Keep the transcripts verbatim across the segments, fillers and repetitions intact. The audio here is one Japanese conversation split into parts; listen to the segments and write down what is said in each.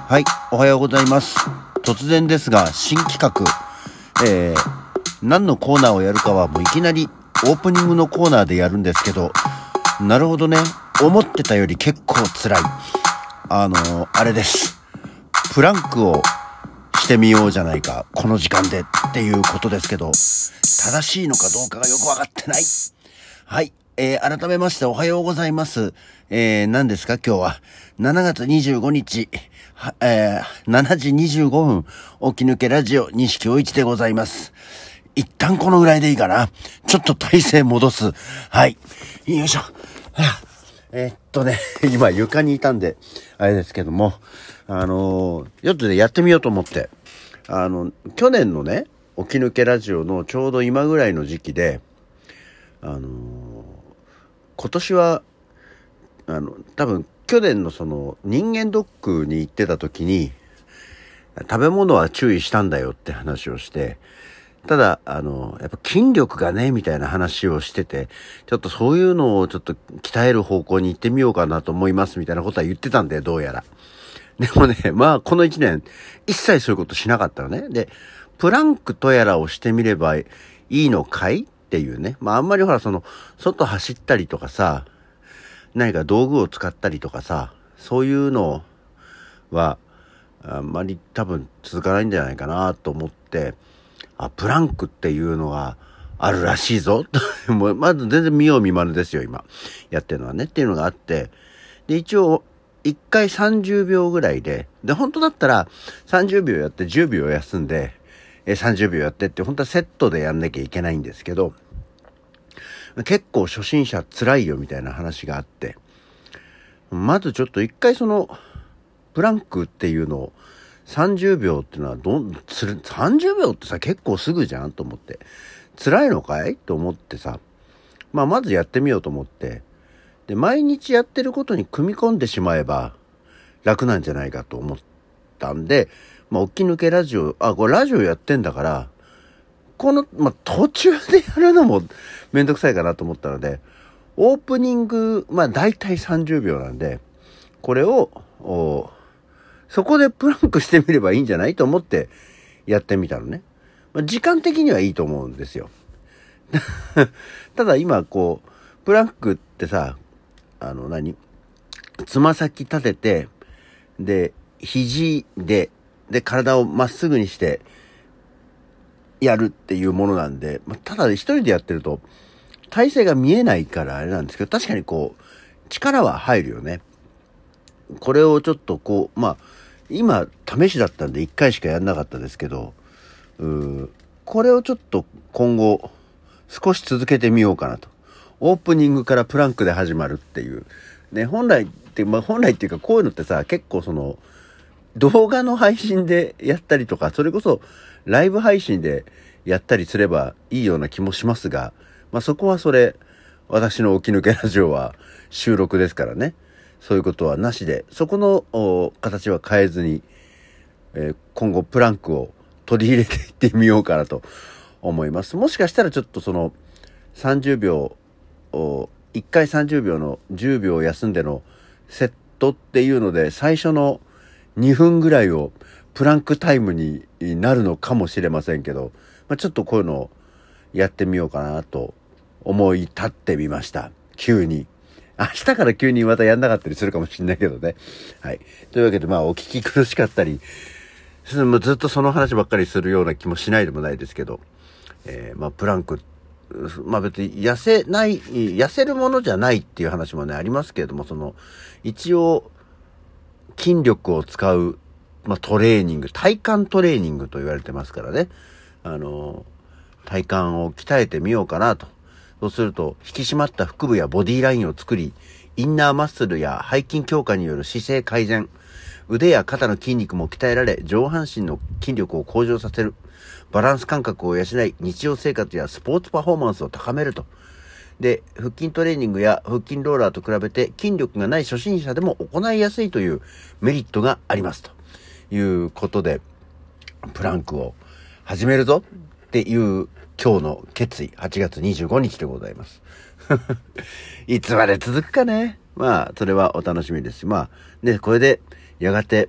はい、おはようございます。突然ですが、新企画、えー、何のコーナーをやるかはもういきなりオープニングのコーナーでやるんですけど、なるほどね、思ってたより結構辛い。あのー、あれです。プランクをしてみようじゃないか、この時間でっていうことですけど、正しいのかどうかがよくわかってない。はい。えー、改めましておはようございます。えー、何ですか今日は。しちがつにじゅうごにち、はえー、しちじにじゅうごふん、起き抜けラジオ、西京一でございます。一旦このぐらいでいいかな。ちょっと体勢戻す。はい。よいしょ。はあ、えー、っとね、今床にいたんで、あれですけども、あのー、ちょっとね、やってみようと思って、あの、去年のね、起き抜けラジオのちょうど今ぐらいの時期で、あのー、今年はあの多分去年のその人間ドックに行ってた時に食べ物は注意したんだよって話をして、ただあのやっぱ筋力がねみたいな話をしてて、ちょっとそういうのをちょっと鍛える方向に行ってみようかなと思いますみたいなことは言ってたんで、どうやら。でもね、まあこの一年一切そういうことしなかったのね。でプランクとやらをしてみればいいのかいっていうね。まああんまりほらその外走ったりとかさ、何か道具を使ったりとかさ、そういうのはあんまり多分続かないんじゃないかなと思って、あ、プランクっていうのがあるらしいぞもうまず全然見よう見まねですよ今やってるのはねっていうのがあって、で一応いっかいさんじゅうびょうぐらいで、で本当だったらさんじゅうびょうやってじゅうびょう休んでえさんじゅうびょうやってって本当はセットでやんなきゃいけないんですけど、結構初心者辛いよみたいな話があって、まずちょっと一回そのプランクっていうのをさんじゅうびょうっていうのはどんつるさんじゅうびょうってさ結構すぐじゃんと思って、辛いのかいと思ってさ、まあまずやってみようと思って、で毎日やってることに組み込んでしまえば楽なんじゃないかと思ったんで、まあ起き抜けラジオ、あこれラジオやってんだからこの、まあ、途中でやるのもめんどくさいかなと思ったので、オープニング、まあ大体さんじゅうびょうなんで、これを、そこでプランクしてみればいいんじゃないと思ってやってみたのね。まあ、時間的にはいいと思うんですよ。ただ今こう、プランクってさ、あの何つま先立てて、で、肘で、で、体をまっすぐにして、やるっていうものなんで、まあ、ただ一人でやってると体勢が見えないからあれなんですけど、確かにこう力は入るよね。これをちょっとこう、まあ今試しだったんでいっかいしかやんなかったですけど、うーこれをちょっと今後少し続けてみようかなと。オープニングからプランクで始まるっていうね、本来って、まあ本来っていうかこういうのってさ、結構その動画の配信でやったりとか、それこそライブ配信でやったりすればいいような気もしますが、まあそこはそれ、私の起き抜けラジオは収録ですからね、そういうことはなしで、そこの形は変えずに、えー、今後プランクを取り入れていってみようかなと思います。もしかしたらちょっとそのさんじゅうびょう、いっかいさんじゅうびょうのじゅうびょう休んでのセットっていうので、最初のにふんぐらいをプランクタイムになるのかもしれませんけど、まあ、ちょっとこういうのをやってみようかなと思い立ってみました。急に。明日から急にまたやんなかったりするかもしれないけどね。はい。というわけで、まあお聞き苦しかったり、ずっとその話ばっかりするような気もしないでもないですけど、えー、まあプランク、まあ別に痩せない、痩せるものじゃないっていう話もね、ありますけれども、その、一応、筋力を使う、まあ、トレーニング、体幹トレーニングと言われてますからね。あの、体幹を鍛えてみようかなと。そうすると、引き締まった腹部やボディラインを作り、インナーマッスルや背筋強化による姿勢改善、腕や肩の筋肉も鍛えられ、上半身の筋力を向上させる、バランス感覚を養い、日常生活やスポーツパフォーマンスを高めると。で、腹筋トレーニングや腹筋ローラーと比べて筋力がない初心者でも行いやすいというメリットがありますということで、プランクを始めるぞっていう今日の決意、はちがつにじゅうごにちでございます。いつまで続くかね。まあそれはお楽しみですし、まあね、これでやがて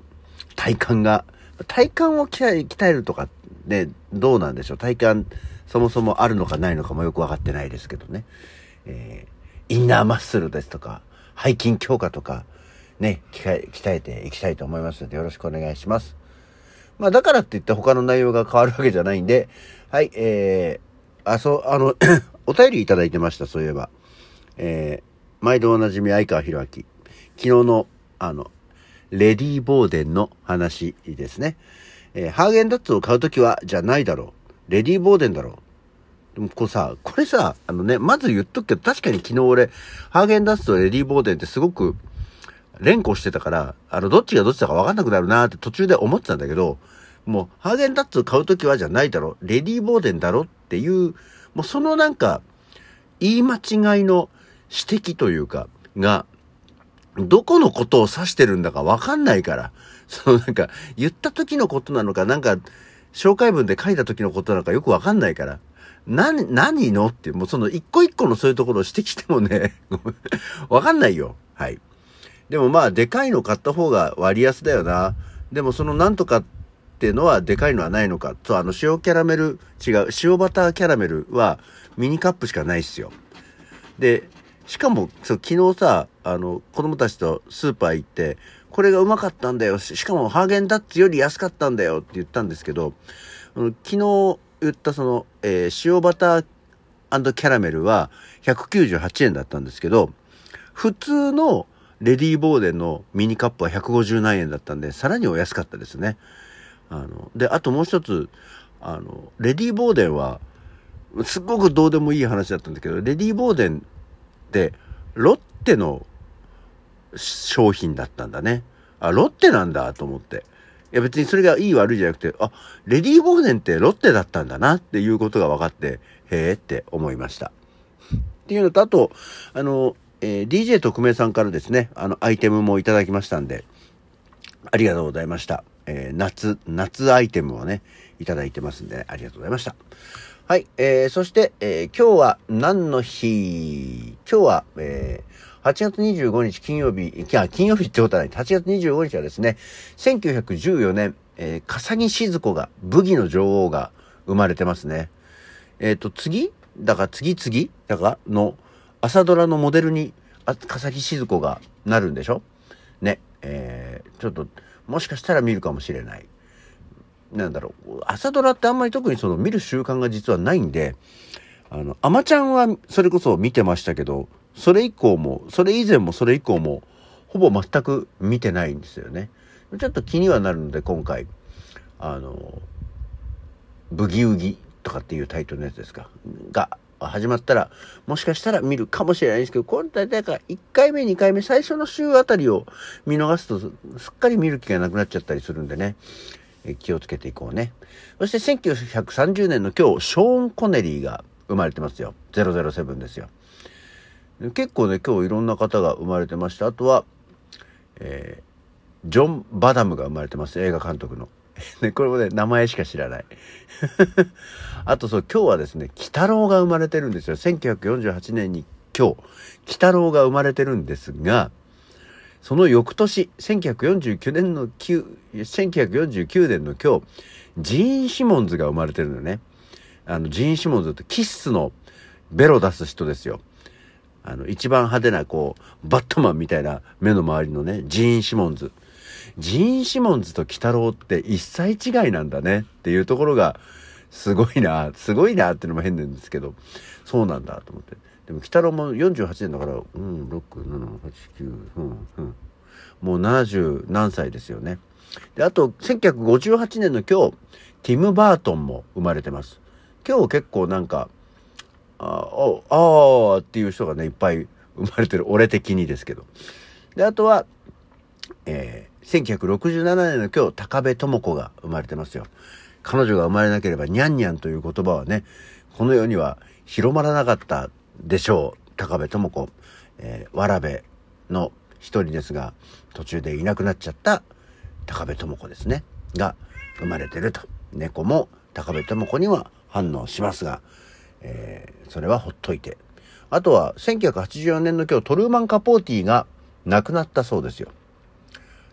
体幹が、体幹を鍛え、鍛えるとかね、どうなんでしょう。体幹、そもそもあるのかないのかもよくわかってないですけどね。えー、インナーマッスルですとか、背筋強化とか、ね、鍛え、鍛えていきたいと思いますので、よろしくお願いします。まあ、だからって言って他の内容が変わるわけじゃないんで、はい、えー、あ、そう、あの、お便りいただいてました、そういえば。えー、毎度おなじみ相川博明。昨日の、あの、レディー・ボーデンの話ですね。えー、ハーゲンダッツを買うときは、じゃないだろう。レディー・ボーデンだろう。でもこうさ、これさ、あのね、まず言っとくけど、確かに昨日俺、ハーゲンダッツとレディー・ボーデンってすごく連呼してたから、あの、どっちがどっちだか分かんなくなるなーって途中で思ってたんだけど、もう、ハーゲンダッツを買うときはじゃないだろう。レディー・ボーデンだろっていう、もうそのなんか、言い間違いの指摘というか、が、どこのことを指してるんだか分かんないから、そのなんか、言った時のことなのか、なんか、紹介文で書いた時のことなのかよく分かんないから、何、何のっていう、もうその一個一個のそういうところを指摘してもね、分かんないよ。はい。でもまあ、でかいの買った方が割安だよな。でもそのなんとかっていうのはでかいのはないのか。と、あの、塩キャラメル、違う、塩バターキャラメルはミニカップしかないっすよ。で、しかも、そう、昨日さ、あの、子供たちとスーパー行って、これがうまかったんだよ。しかも、ハーゲンダッツより安かったんだよって言ったんですけど、あの昨日言ったその、えー、塩バター&キャラメルはひゃくきゅうじゅうはちえんだったんですけど、普通のレディー・ボーデンのミニカップはひゃくごじゅうなんえんだったんで、さらにお安かったですね。あの、で、あともう一つ、あの、レディー・ボーデンは、すっごくどうでもいい話だったんだけど、レディー・ボーデンでロッテの商品だったんだね。あ、ロッテなんだと思って。いや別にそれがいい悪いじゃなくて、あ、レディー・ボーデンってロッテだったんだなっていうことが分かって、へーって思いました。っていうのと、あと、あの、えー、ディージェー 特命さんからですね、あの、アイテムもいただきましたんで、ありがとうございました。えー、夏、夏アイテムをね、いただいてますんで、ありがとうございました。はい、えー、そして、えー、今日は何の日？今日は、えー、はちがつにじゅうごにち金曜日、いや、金曜日ってことはない。はちがつにじゅうごにちはですね、せんきゅうひゃくじゅうよねん、えー、笠木静子が、武技の女王が生まれてますね。えっと、次だから次々だからの朝ドラのモデルに、あ、笠木静子がなるんでしょね。えー、ちょっと、もしかしたら見るかもしれない。なんだろう、朝ドラってあんまり特にその見る習慣が実はないんで、あの、アマちゃんはそれこそ見てましたけど、それ以降も、それ以前もそれ以降も、ほぼ全く見てないんですよね。ちょっと気にはなるので、今回、あの、ブギウギとかっていうタイトルのやつですか、が始まったら、もしかしたら見るかもしれないんですけど、今回だからいっかいめ、にかいめ、最初の週あたりを見逃すと、すっかり見る気がなくなっちゃったりするんでね。気をつけていこうね。そしてせんきゅうひゃくさんじゅうねんの今日、ショーン・コネリーが生まれてますよ。ゼロゼロセブンですよ。結構ね、今日いろんな方が生まれてました。あとは、えー、ジョン・バダムが生まれてます。映画監督の。ね、これもね、名前しか知らない。あとそう、今日はですね、鬼太郎が生まれてるんですよ。せんきゅうひゃくよんじゅうはちねんに今日、鬼太郎が生まれてるんですが、その翌年、せんきゅうひゃくよんじゅうきゅうねんのせんきゅうひゃくよんじゅうきゅうねんの今日、ジーン・シモンズが生まれてるのね。あの、ジーン・シモンズってキッスのベロ出す人ですよ。あの、一番派手な、こう、バットマンみたいな目の周りのね、ジーン・シモンズ。ジーン・シモンズと鬼太郎って一歳違いなんだねっていうところが、すごいな、すごいなってのも変なんですけど、そうなんだと思って。でも鬼太郎もよんじゅうはちねんだから、うん、ろく、なな、はち、きゅう、うん、うん。もうななじゅう何歳ですよね。で、あと、せんきゅうひゃくごじゅうはちねんの今日、ティム・バートンも生まれてます。今日結構なんか、ああ、ああっていう人がね、いっぱい生まれてる。俺的にですけど。で、あとは、えー、せんきゅうひゃくろくじゅうななねんの今日、高部智子が生まれてますよ。彼女が生まれなければ、ニャンニャンという言葉はね、この世には広まらなかったでしょう。高部智子、えー、わらべの一人ですが、途中でいなくなっちゃった高部智子ですね。が生まれてると。猫も高部智子には反応しますが、えー、それはほっといて。あとはせんきゅうひゃくはちじゅうよねんの今日、トルーマン・カポーティが亡くなったそうですよ。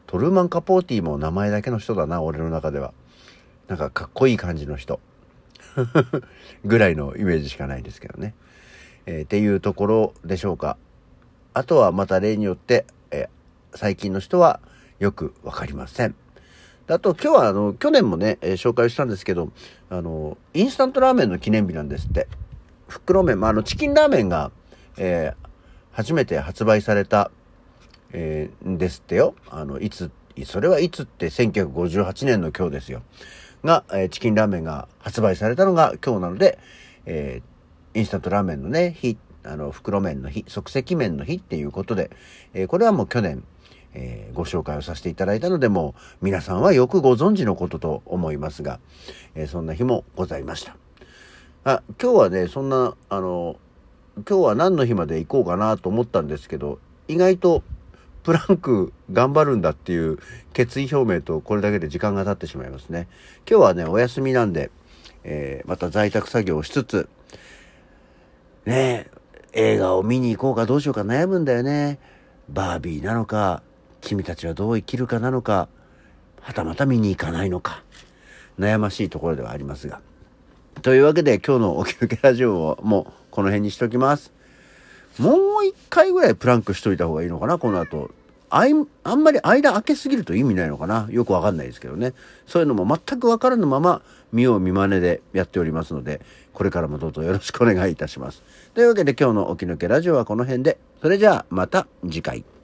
トルーマン・カポーティも名前だけの人だな、俺の中では。なんかかっこいい感じの人ぐらいのイメージしかないですけどね、えー、っていうところでしょうか。あとはまた例によって、えー、最近の人はよくわかりません。あと今日はあの去年もね、えー、紹介したんですけど、あのインスタントラーメンの記念日なんですって。袋麺、まあ、あのチキンラーメンが、えー、初めて発売された、えー、ですってよ。あのいつそれはいつってせんきゅうひゃくごじゅうはちねんの今日ですよ。が、えー、チキンラーメンが発売されたのが今日なので、えー、インスタントラーメンのね日、あの袋麺の日、即席麺の日っていうことで、えー、これはもう去年、えー、ご紹介をさせていただいたので、もう皆さんはよくご存知のことと思いますが、えー、そんな日もございました。あ、今日はね、そんなあの今日は何の日まで行こうかなと思ったんですけど、意外とプランク頑張るんだっていう決意表明と、これだけで時間が経ってしまいますね。今日はねお休みなんで、えー、また在宅作業をしつつね、映画を見に行こうかどうしようか悩むんだよね。バービーなのか、君たちはどう生きるかなのか、はたまた見に行かないのか、悩ましいところではありますが、というわけで今日のおきぬけラジオをもうこの辺にしときます。もう一回ぐらいプランクしといた方がいいのかな、この後。あいあんまり間空けすぎると意味ないのかな、よくわかんないですけどね。そういうのも全くわからぬまま見よう見まねでやっておりますので、これからもどうぞよろしくお願いいたします。というわけで今日のおきぬけラジオはこの辺で、それじゃあまた次回。